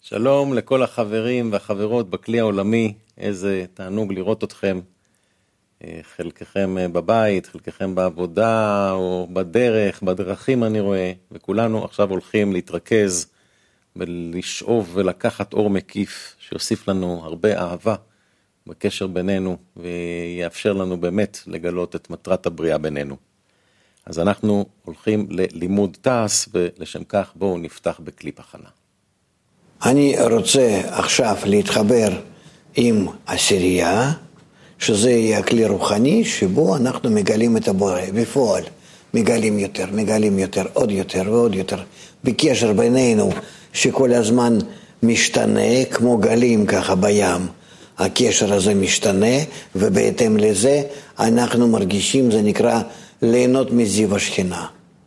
שלום לכל החברים והחברות בכלי העולמי, איזה תענוג לראות אתכם, חלקכם בבית, חלקכם בעבודה או בדרך, בדרכים אני רואה, וכולנו עכשיו הולכים להתרכז ולשאוב ולקחת אור מקיף שיוסיף לנו הרבה אהבה בקשר בינינו ויאפשר לנו באמת לגלות את מטרת הבריאה בינינו. אז אנחנו הולכים ללימוד תעש ולשם כך בואו נפתח בקליפ הכנה. אני רוצה עכשיו להתחבר עם עשירייה, שזה יהיה כלי רוחני, שבו אנחנו מגלים את הבורא, בפועל מגלים יותר, עוד יותר ועוד יותר, בקשר בינינו שכל הזמן משתנה, כמו גלים ככה בים, הקשר הזה משתנה, ובהתאם לזה אנחנו מרגישים, זה נקרא ליהנות מזיו השכינה.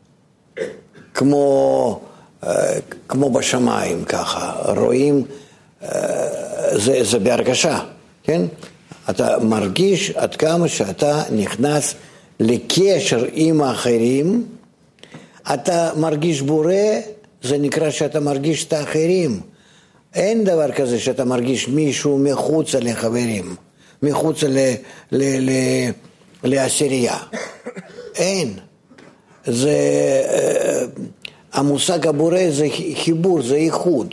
כמו בשמיים ככה, רואים, זה בהרגשה, כן? אתה מרגיש עד כמה שאתה נכנס לקשר עם האחרים, אתה מרגיש בורא, זה נקרא שאתה מרגיש את האחרים. אין דבר כזה שאתה מרגיש מישהו מחוץ לחברים, מחוץ לעשירייה. אין. זה... המושג הבורא זה חיבור, זה איחוד.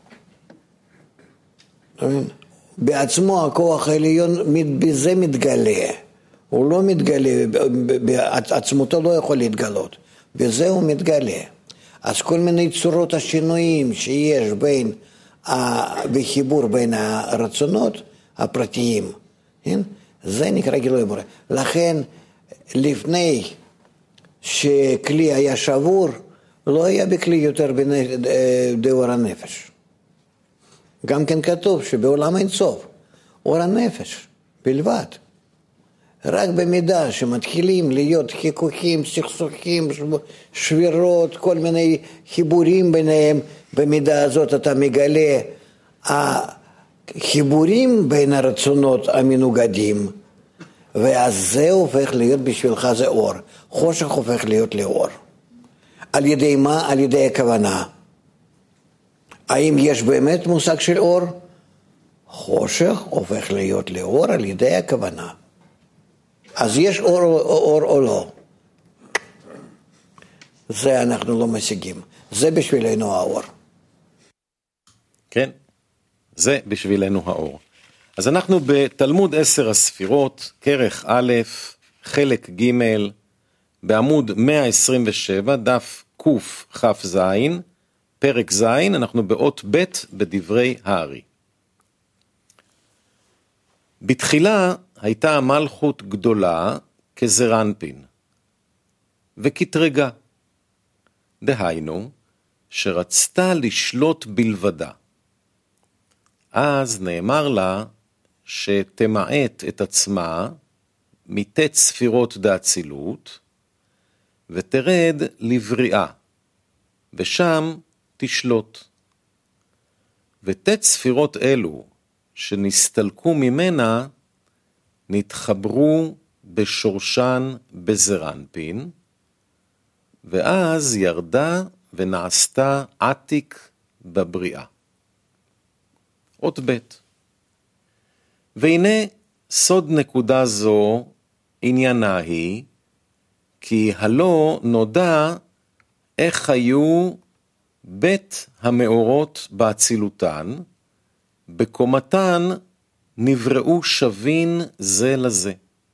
בעצמו הכוח העליון בזה מתגלה. הוא לא מתגלה, עצמותו לא יכול להתגלות. בזה הוא מתגלה. אז כל מיני צורות השינויים שיש בחיבור בין הרצונות הפרטיים, זה נקרא גילוי בורא. לכן לפני שכלי היה שבור, לא היה בכלי יותר דאור הנפש. גם כן כתוב שבעולם אין סוף, אור הנפש בלבד. רק במידה שמתחילים להיות חיכוכים, סכסוכים, שבירות, כל מיני חיבורים ביניהם, במידה הזאת אתה מגלה החיבורים בין הרצונות המנוגדים, ואז זה הופך להיות בשבילך זה אור. חושך הופך להיות לאור. על ידי מה? על ידי הכוונה. האם יש באמת מושג של אור? חושך הופך להיות לאור על ידי הכוונה. אז יש אור או לא? זה אנחנו לא משיגים. זה בשבילנו האור. כן, זה בשבילנו האור. אז אנחנו בתלמוד 10 הספירות, כרך א', חלק ג', בעמוד 127, דף קכ"ז, פרק ז', אנחנו באות ב' בדברי הארי. בתחילה הייתה המלכות גדולה כזרנפין, וכתרגה, דהיינו, שרצתה לשלוט בלבדה. אז נאמר לה שתמעט את עצמה מתת ספירות דאצילות, ותרד לבריאה, ושם תשלוט. ותת ספירות אלו שנסתלקו ממנה, נתחברו בשורשן בזרנפין, ואז ירדה ונעשתה עתיק בבריאה. אות ב'. והנה סוד נקודה זו עניינה היא, כי הלא נודע איך היו בית המאורות באצילותן, בקומתן נבראו שווין זה לזה.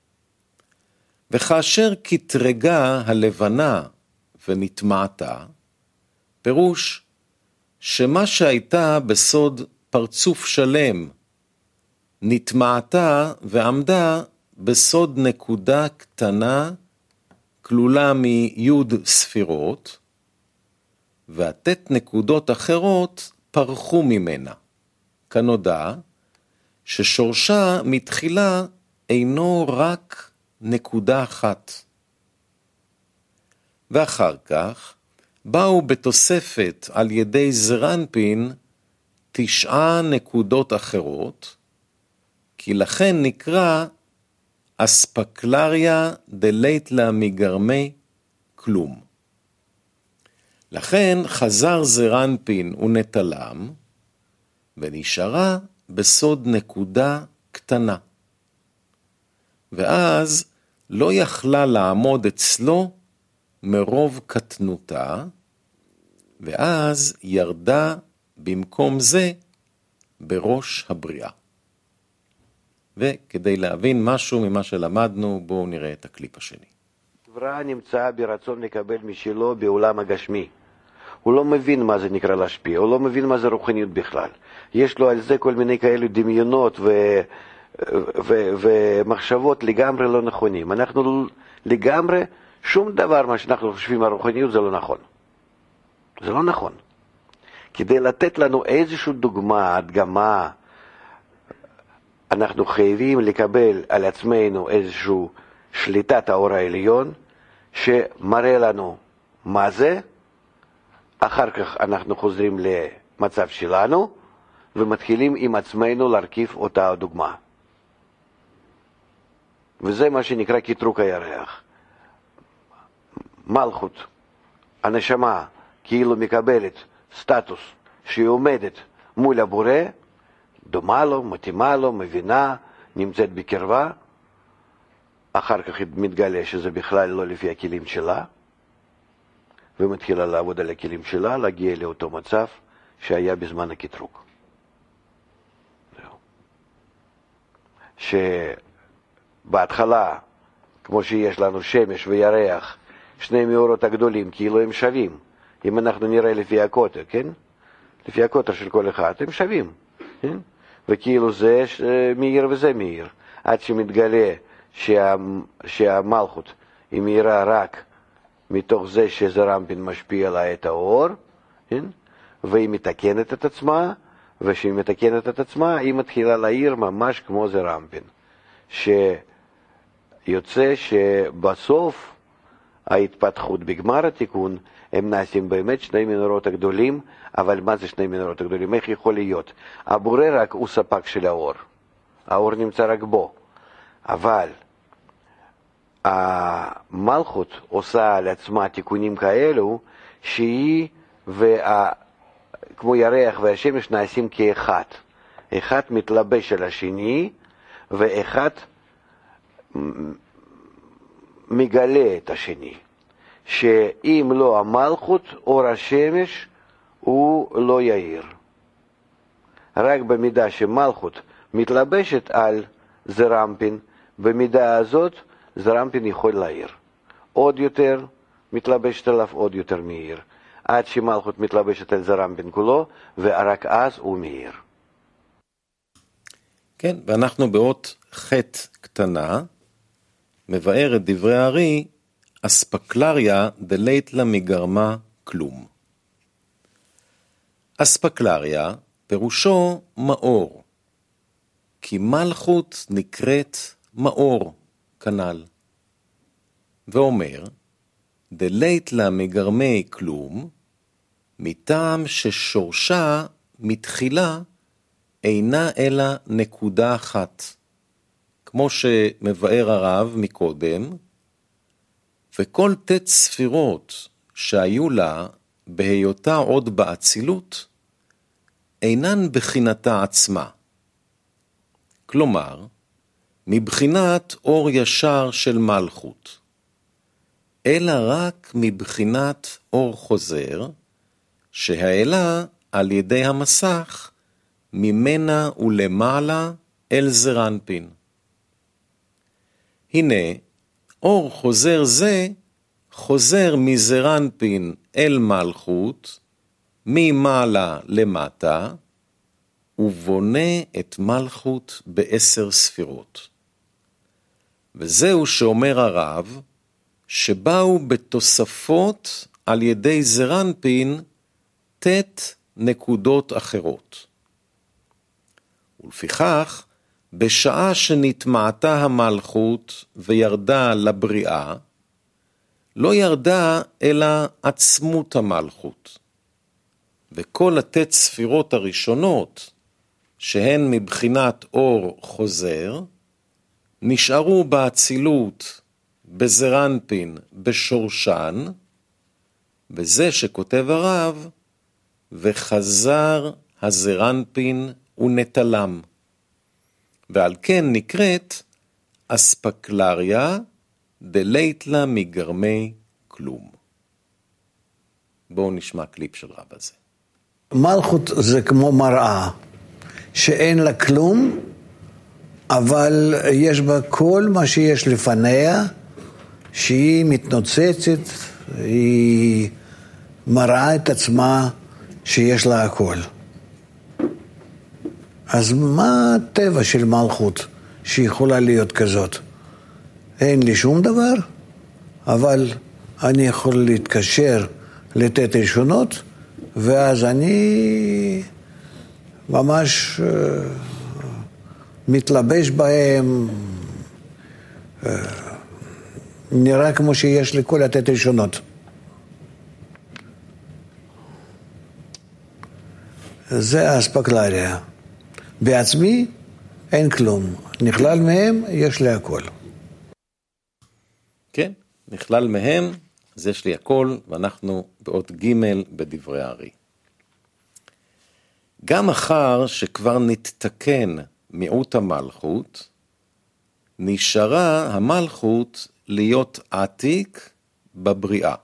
וכאשר כתרגה הלבנה ונטמעתה, פירוש שמה שהייתה בסוד פרצוף שלם, נטמעתה ועמדה בסוד נקודה קטנה, כלולה מיוד ספירות, והתת נקודות אחרות פרחו ממנה, כנודע ששורשה מתחילה אינו רק נקודה אחת. ואחר כך באו בתוספת על ידי זרנפין 9 נקודות אחרות, כי לכן נקרא אספקלריה דלייטלה מגרמי כלום. לכן חזר זרנפין ונטלם, ונשארה בסוד נקודה קטנה. ואז לא יכלה לעמוד אצלו מרוב קטנותה, ואז ירדה במקום זה בראש הבריאה. וכדי להבין משהו ממה שלמדנו, בואו נראה את הקליפ השני. נברא נמצא ברצון לקבל משלו בעולם הגשמי. הוא לא מבין מה זה נקרא להשפיע, הוא לא מבין מה זה רוחניות בכלל. יש לו על זה כל מיני כאלו דמיונות ומחשבות לגמרי לא נכונים. אנחנו לגמרי, שום דבר מה שאנחנו חושבים על רוחניות זה לא נכון. זה לא נכון. כדי לתת לנו איזושהי דוגמה, הדגמה, אנחנו חייבים לקבל על עצמנו איזושהי שליטת האור העליון, שמראה לנו מה זה, אחר כך אנחנו חוזרים למצב שלנו, ומתחילים עם עצמנו להרכיב אותה דוגמה. וזה מה שנקרא קטרוק הירח. מלכות, הנשמה, כאילו מקבלת סטטוס שהיא עומדת מול הבורא, דומה לו, מתאימה לו, מבינה, נמצאת בקרבה, אחר כך מתגלה שזה בכלל לא לפי הכלים שלה, ומתחילה לעבוד על הכלים שלה, להגיע לאותו מצב שהיה בזמן הקטרוק. שבהתחלה, כמו שיש לנו שמש וירח, שני מאורות הגדולים, כאילו הם שווים. אם אנחנו נראה לפי הקוטר, כן? לפי הקוטר של כל אחד, הם שווים. כן? וכאילו זה מאיר וזה מאיר. עד שמתגלה שהמלכות היא מאירה רק מתוך זה שזה רמפין משפיע עליה את האור, כן? והיא מתקנת את עצמה, וכשהיא מתקנת את עצמה, היא מתחילה להאיר ממש כמו זה רמפין. שיוצא שבסוף ההתפתחות בגמר התיקון, הם נעשים באמת שני מנורות הגדולים, אבל מה זה שני מנורות הגדולים? איך יכול להיות? הבורא רק הוא ספק של האור. האור נמצא רק בו. אבל המלכות עושה על עצמה תיקונים כאלו, שהיא כמו ירח והשמש נעשים כאחד. אחד מתלבש על השני, ואחד מגלה את השני. שאם לא המלכות, אור השמש הוא לא יאיר. רק במידה שמלכות מתלבשת על זרמפין, במידה הזאת זרמפין יכול להאיר. עוד יותר מתלבשת עליו, עוד יותר מאיר. עד שמלכות מתלבשת על זרמפין כולו, ורק אז הוא מאיר. כן, ואנחנו באות חטא קטנה, מבאר את דברי הארי, אספקלריה דלית לה מגרמה כלום. אספקלריה פירושו מאור, כי מלכות נקראת מאור כנל. ואומר, דלית לה מגרמי כלום, מטעם ששורשה מתחילה אינה אלא נקודה אחת, כמו שמבאר הרב מקודם, וכל תת ספירות שהיו לה בהיותה עוד באצילות, אינן בחינתה עצמה. כלומר, מבחינת אור ישר של מלכות, אלא רק מבחינת אור חוזר, שהעלה על ידי המסך ממנה ולמעלה אל זרנפין. הנה, אור חוזר זה חוזר מזרנפין אל מלכות, ממעלה למטה, ובונה את מלכות ב10 ספירות. וזהו שאומר הרב, שבאו בתוספות על ידי זרנפין תת נקודות אחרות. ולפיכך, בשעה שנתמעתה המלכות וירדה לבריאה, לא ירדה אלא עצמות המלכות. וכל התת ספירות הראשונות, שהן מבחינת אור חוזר, נשארו באצילות, בזרנפין, בשורשן, וזה שכותב הרב, וחזר הזרנפין ונטלם, ועל כן נקראת אספקלריה דלייטלה מגרמי כלום. בואו נשמע קליפ של רב הזה. מלכות זה כמו מראה, שאין לה כלום, אבל יש בה כל מה שיש לפניה, שהיא מתנוצצת, היא מראה את עצמה שיש לה הכל. אז מה הטבע של מלכות שיכולה להיות כזאת? אין לי שום דבר, אבל אני יכול להתקשר לתת ראשונות, ואז אני ממש מתלבש בהם, נראה כמו שיש לכל לתת ראשונות. זה האספקלריה. בעצמי אין כלום, נכלל מהם יש לי הכל. כן, נכלל מהם, אז יש לי הכל, ואנחנו באות ג' בדברי הארי. גם אחר שכבר נתתקן מיעוט המלכות, נשארה המלכות להיות עתיק בבריאה.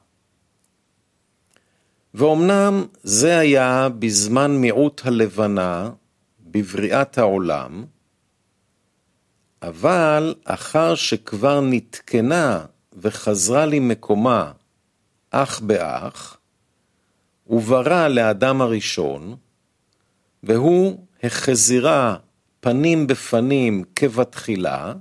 ואומנם זה היה בזמן מיעוט הלבנה בבריאת העולם, אבל אחר שכבר נתקנה וחזרה לי מקומה אח באח, וברא לאדם הראשון, והוא החזירה פנים בפנים כבתחילה,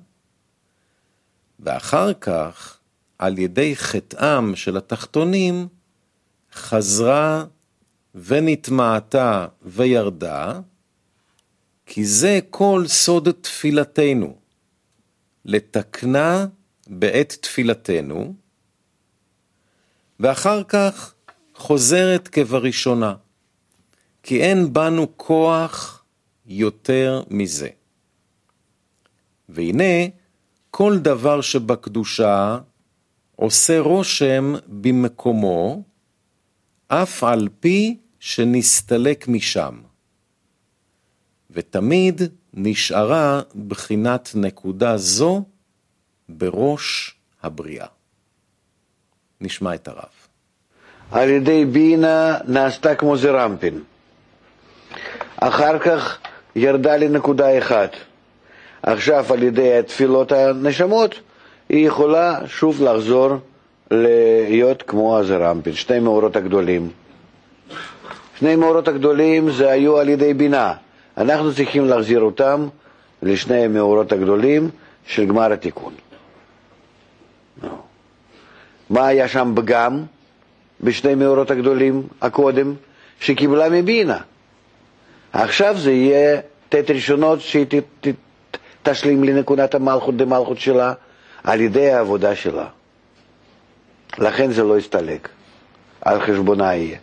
ואחר כך על ידי חטאם של התחתונים חזרה ונתמעתה וירדה, כי זה כל סוד תפילתנו, לתקנה בעת תפילתנו, ואחר כך חוזרת כבראשונה, כי אין בנו כוח יותר מזה. והנה, כל דבר שבקדושה עושה רושם במקומו, אף על פי שנסתלק משם. ותמיד נשארה בחינת נקודה זו בראש הבריאה. נשמע את הרב. על ידי בינה נעשתה כמו זרמפין. אחר כך ירדה לנקודה אחת. עכשיו על ידי תפילות הנשמות היא יכולה שוב לחזור להיות כמו הזרמפין. שני מאורות הגדולים. שני מאורות הגדולים זה היו על ידי בינה. אנחנו צריכים להחזיר אותם לשני המאורות הגדולים של גמר התיקון. מה היה שם פגם בשני מאורות הגדולים הקודם? שקיבלה מבינה. עכשיו זה יהיה תת ראשונות שהיא תשלים לנקודת המלכות דמלכות שלה על ידי העבודה שלה. לכן זה לא יסתלק. על חשבונה יהיה.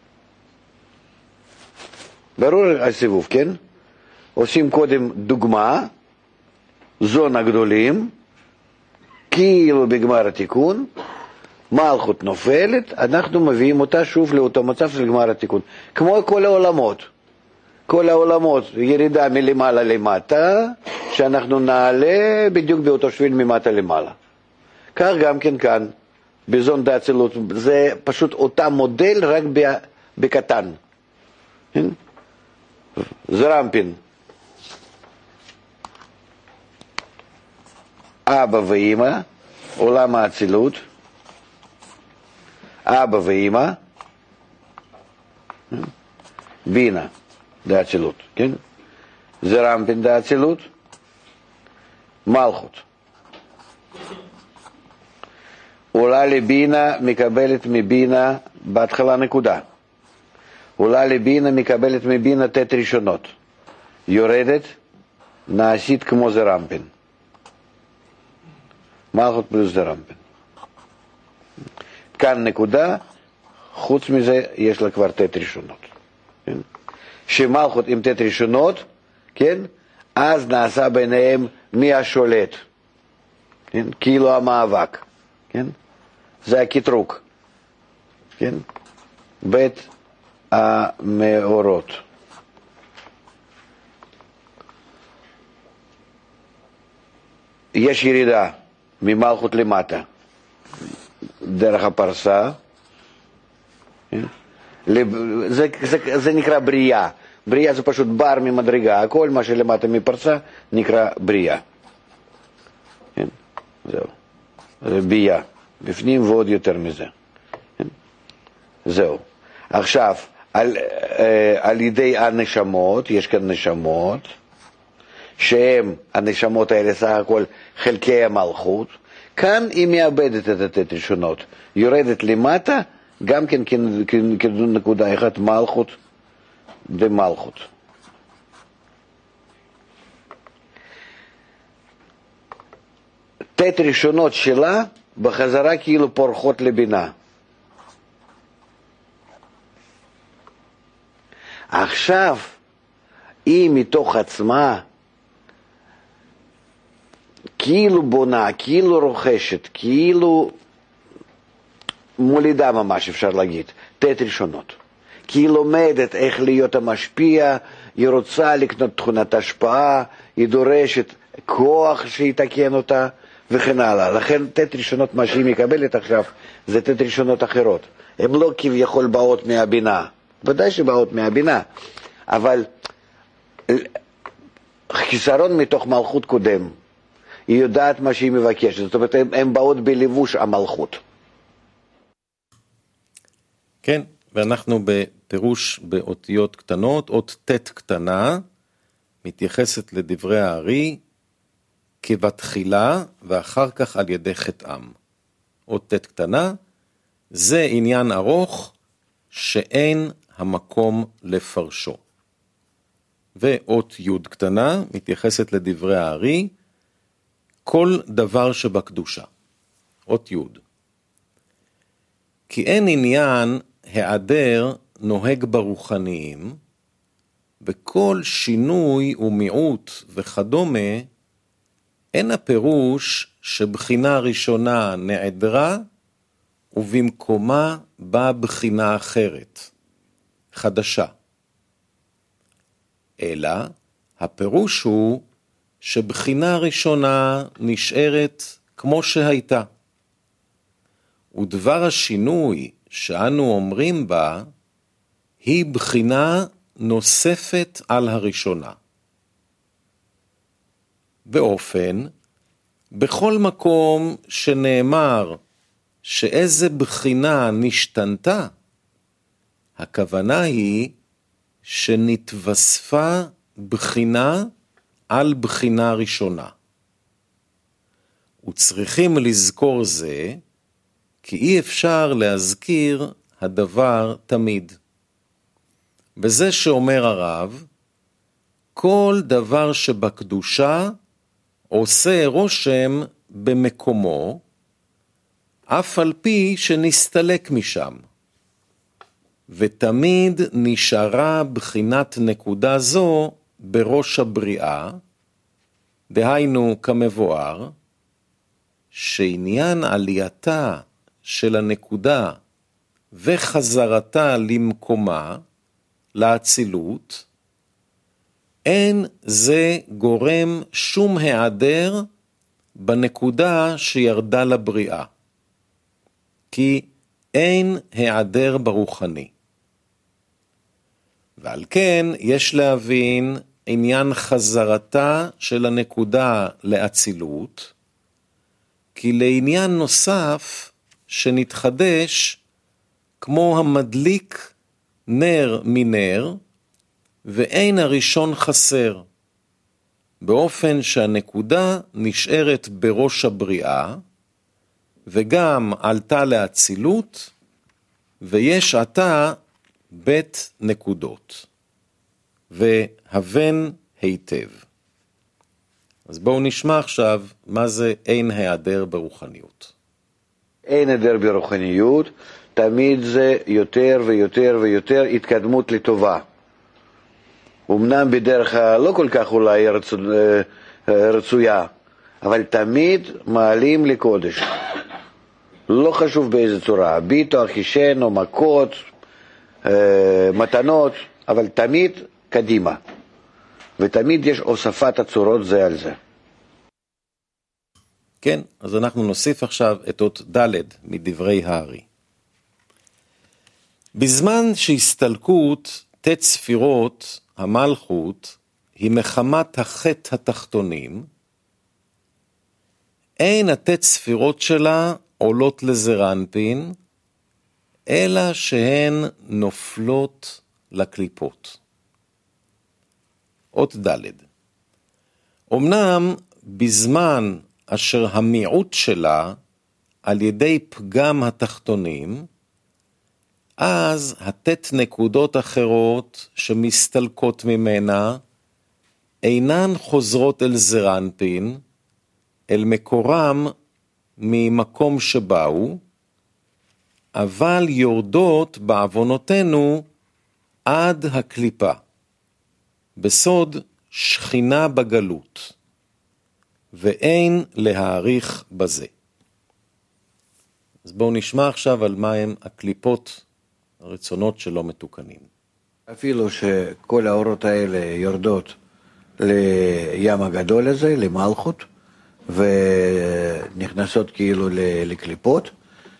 ברור הסיבוב, כן? עושים קודם דוגמה, זון הגדולים, כאילו בגמר התיקון, מלכות נופלת, אנחנו מביאים אותה שוב לאותו מצב של גמר התיקון. כמו כל העולמות. כל העולמות, ירידה מלמעלה למטה, שאנחנו נעלה בדיוק באותו שביל ממטה למעלה. כך גם כן כאן, בזון דאצילות, זה פשוט אותה מודל רק בקטן. כן? זרמפין, אבא ואמא, עולם האצילות, אבא ואמא, בינה דאצילות, כן? זרמפין דאצילות, מלכות. עולה לבינה, מקבלת מבינה בהתחלה נקודה. עולה לבינה, מקבלת מבינה תת ראשונות. יורדת, נעשית כמו זרמפין. מלכות פלוס זרמפין. כאן נקודה, חוץ מזה יש לה כבר תת ראשונות. כן? שמלכות עם תת ראשונות, כן? אז נעשה ביניהם מי השולט. כן? כאילו המאבק. כן? זה הקטרוק. כן? בית המאורות. יש ירידה ממלכות למטה, דרך הפרסה, זה נקרא בריאה. בריאה זה פשוט בר ממדרגה, כל מה שלמטה מפרסה נקרא בריאה. זהו, זה בייה, בפנים ועוד יותר מזה. זהו. עכשיו, על ידי הנשמות, יש כאן נשמות, שהם, הנשמות האלה סך הכל חלקי המלכות, כאן היא מאבדת את התת ראשונות, יורדת למטה, גם כן כנקודה אחת מלכות דמלכות. תת ראשונות שלה בחזרה כאילו פורחות לבינה. עכשיו היא מתוך עצמה כאילו בונה, כאילו רוכשת, כאילו מולידה ממש אפשר להגיד, תת ראשונות. כי היא לומדת איך להיות המשפיע, היא רוצה לקנות תכונת השפעה, היא דורשת כוח שיתקן אותה וכן הלאה. לכן תת ראשונות מה שהיא מקבלת עכשיו זה תת ראשונות אחרות. הן לא כביכול באות מהבינה, ודאי שבאות מהבינה, אבל חיסרון מתוך מלכות קודם. היא יודעת מה שהיא מבקשת, זאת אומרת, הן באות בלבוש המלכות. כן, ואנחנו בפירוש באותיות קטנות, אות ת' קטנה, מתייחסת לדברי הארי, כבתחילה ואחר כך על ידי חטאם. אות ת' קטנה, זה עניין ארוך שאין המקום לפרשו. ואות י' קטנה, מתייחסת לדברי הארי, כל דבר שבקדושה. אות י'. כי אין עניין העדר נוהג ברוחניים, וכל שינוי ומיעוט וכדומה, אין הפירוש שבחינה ראשונה נעדרה, ובמקומה באה בחינה אחרת, חדשה. אלא הפירוש הוא שבחינה ראשונה נשארת כמו שהייתה. ודבר השינוי שאנו אומרים בה, היא בחינה נוספת על הראשונה. באופן, בכל מקום שנאמר שאיזה בחינה נשתנתה, הכוונה היא שנתווספה בחינה על בחינה ראשונה. וצריכים לזכור זה, כי אי אפשר להזכיר הדבר תמיד. בזה שאומר הרב, כל דבר שבקדושה עושה רושם במקומו, אף על פי שנסתלק משם. ותמיד נשארה בחינת נקודה זו בראש הבריאה, דהיינו כמבואר, שעניין עלייתה של הנקודה וחזרתה למקומה, לאצילות, אין זה גורם שום העדר בנקודה שירדה לבריאה, כי אין העדר ברוחני. ועל כן יש להבין עניין חזרתה של הנקודה לאצילות, כי לעניין נוסף שנתחדש כמו המדליק נר מנר, ואין הראשון חסר, באופן שהנקודה נשארת בראש הבריאה, וגם עלתה לאצילות, ויש עתה בית נקודות, והבן היטב. אז בואו נשמע עכשיו מה זה אין העדר ברוחניות. אין העדר ברוחניות, תמיד זה יותר ויותר ויותר התקדמות לטובה. אמנם בדרך לא כל כך אולי רצויה, אבל תמיד מעלים לקודש. לא חשוב באיזה צורה, ביטו, חישן או מכות, מתנות, אבל תמיד קדימה. ותמיד יש הוספת הצורות זה על זה. כן, אז אנחנו נוסיף עכשיו את אות ד' מדברי הארי. בזמן שהסתלקות תת ספירות המלכות היא מחמת החטא התחתונים, אין התת ספירות שלה עולות לזרנפין, אלא שהן נופלות לקליפות. אות ד'. אמנם בזמן אשר המיעוט שלה על ידי פגם התחתונים, אז התת נקודות אחרות שמסתלקות ממנה אינן חוזרות אל זרנפין, אל מקורם ממקום שבאו, אבל יורדות בעוונותינו עד הקליפה, בסוד שכינה בגלות, ואין להעריך בזה. אז בואו נשמע עכשיו על מה הם הקליפות, הרצונות שלא מתוקנים. אפילו שכל האורות האלה יורדות לים הגדול הזה, למלכות, ונכנסות כאילו לקליפות.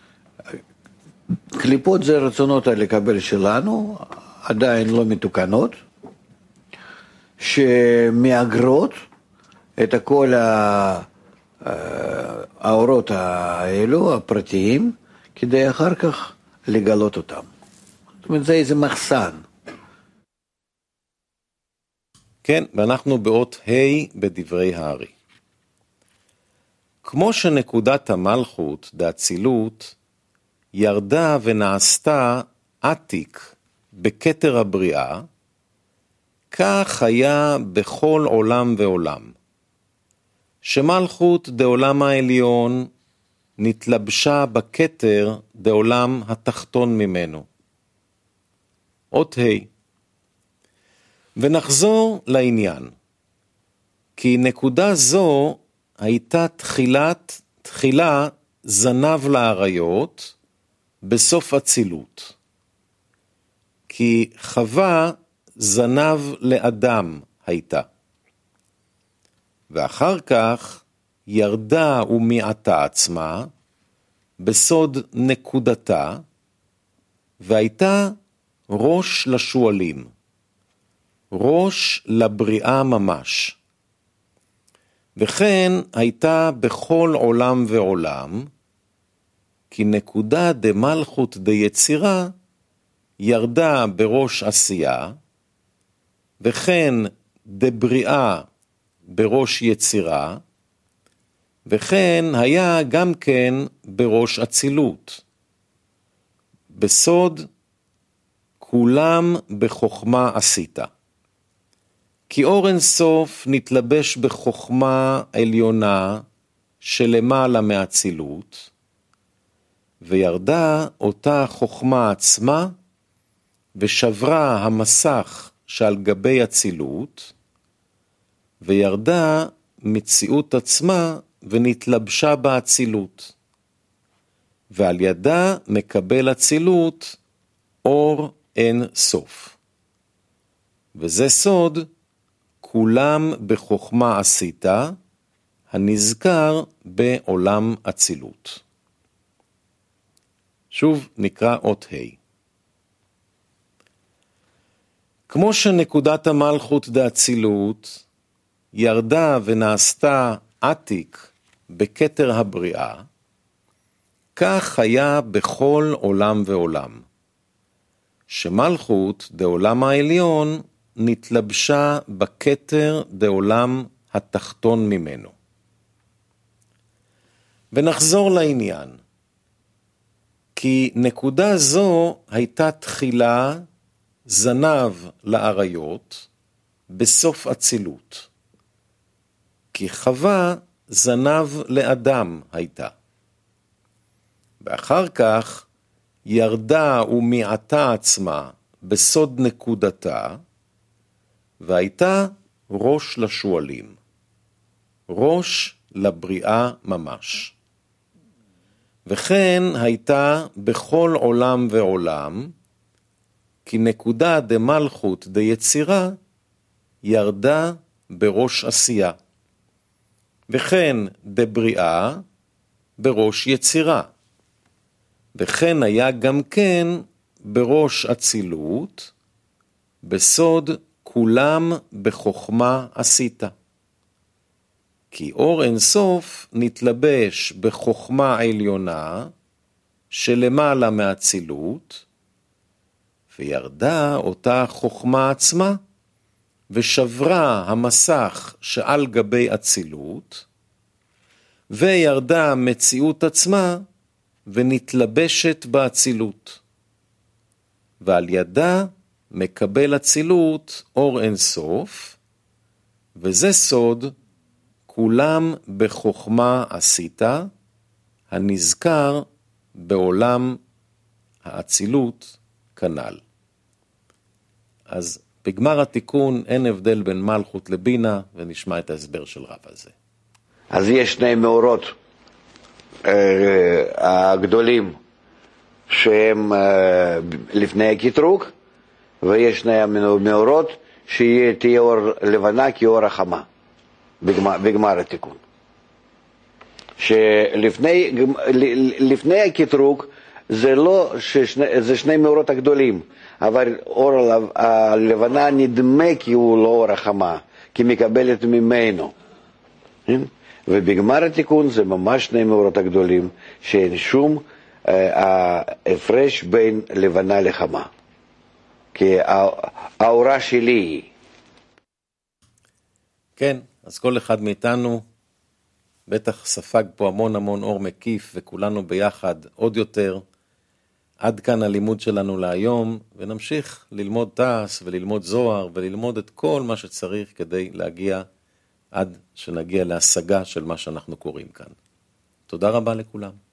קליפות זה רצונות לקבל שלנו, עדיין לא מתוקנות, שמאגרות את כל האורות האלו, הפרטיים, כדי אחר כך לגלות אותם. זאת אומרת, זה איזה מחסן. כן, ואנחנו באות ה' בדברי הארי. כמו שנקודת המלכות, דאצילות, ירדה ונעשתה עתיק בכתר הבריאה, כך היה בכל עולם ועולם. שמלכות דעולם העליון נתלבשה בכתר דעולם התחתון ממנו. אות ה'. ונחזור לעניין. כי נקודה זו הייתה תחילה זנב לאריות בסוף אצילות. כי חווה זנב לאדם הייתה. ואחר כך ירדה ומיעטה עצמה בסוד נקודתה, והייתה ראש לשואלים, ראש לבריאה ממש. וכן הייתה בכל עולם ועולם, כי נקודה דמלכות דיצירה ירדה בראש עשייה, וכן דבריאה בראש יצירה, וכן היה גם כן בראש אצילות. בסוד כולם בחוכמה עשית. כי אור אין סוף נתלבש בחוכמה עליונה שלמעלה מאצילות, וירדה אותה חוכמה עצמה, ושברה המסך שעל גבי אצילות, וירדה מציאות עצמה ונתלבשה באצילות. ועל ידה מקבל אצילות אור אין סוף. וזה סוד כולם בחוכמה עשית, הנזכר בעולם אצילות. שוב נקרא אות ה'. כמו שנקודת המלכות דאצילות ירדה ונעשתה עתיק בכתר הבריאה, כך היה בכל עולם ועולם. שמלכות דעולם העליון נתלבשה בכתר דעולם התחתון ממנו. ונחזור לעניין. כי נקודה זו הייתה תחילה זנב לאריות בסוף אצילות. כי חווה זנב לאדם הייתה. ואחר כך ירדה ומיעטה עצמה בסוד נקודתה, והייתה ראש לשואלים, ראש לבריאה ממש. וכן הייתה בכל עולם ועולם, כי נקודה דמלכות דיצירה ירדה בראש עשייה. וכן דבריאה בראש יצירה, וכן היה גם כן בראש אצילות, בסוד כולם בחוכמה עשית. כי אור אינסוף נתלבש בחוכמה עליונה שלמעלה מאצילות, וירדה אותה חוכמה עצמה, ושברה המסך שעל גבי אצילות, וירדה מציאות עצמה, ונתלבשת באצילות. ועל ידה מקבל אצילות אור אינסוף, וזה סוד כולם בחוכמה עשית, הנזכר בעולם האצילות כנ"ל. אז בגמר התיקון אין הבדל בין מלכות לבינה, ונשמע את ההסבר של רב הזה. אז יש שני מאורות הגדולים שהם לפני הקטרוג, ויש שני מאורות שתהיה אור לבנה כאור החמה בגמר התיקון. שלפני הקטרוג זה שני מאורות הגדולים, אבל אור הלבנה נדמה כי הוא לא אור החמה, כי מקבלת ממנו. ובגמר התיקון זה ממש שני מאורות הגדולים, שאין שום הפרש בין לבנה לחמה. כי האורה שלי היא. כן, אז כל אחד מאיתנו בטח ספג פה המון אור מקיף, וכולנו ביחד עוד יותר. עד כאן הלימוד שלנו להיום, ונמשיך ללמוד תעש וללמוד זוהר וללמוד את כל מה שצריך כדי להגיע עד שנגיע להשגה של מה שאנחנו קוראים כאן. תודה רבה לכולם.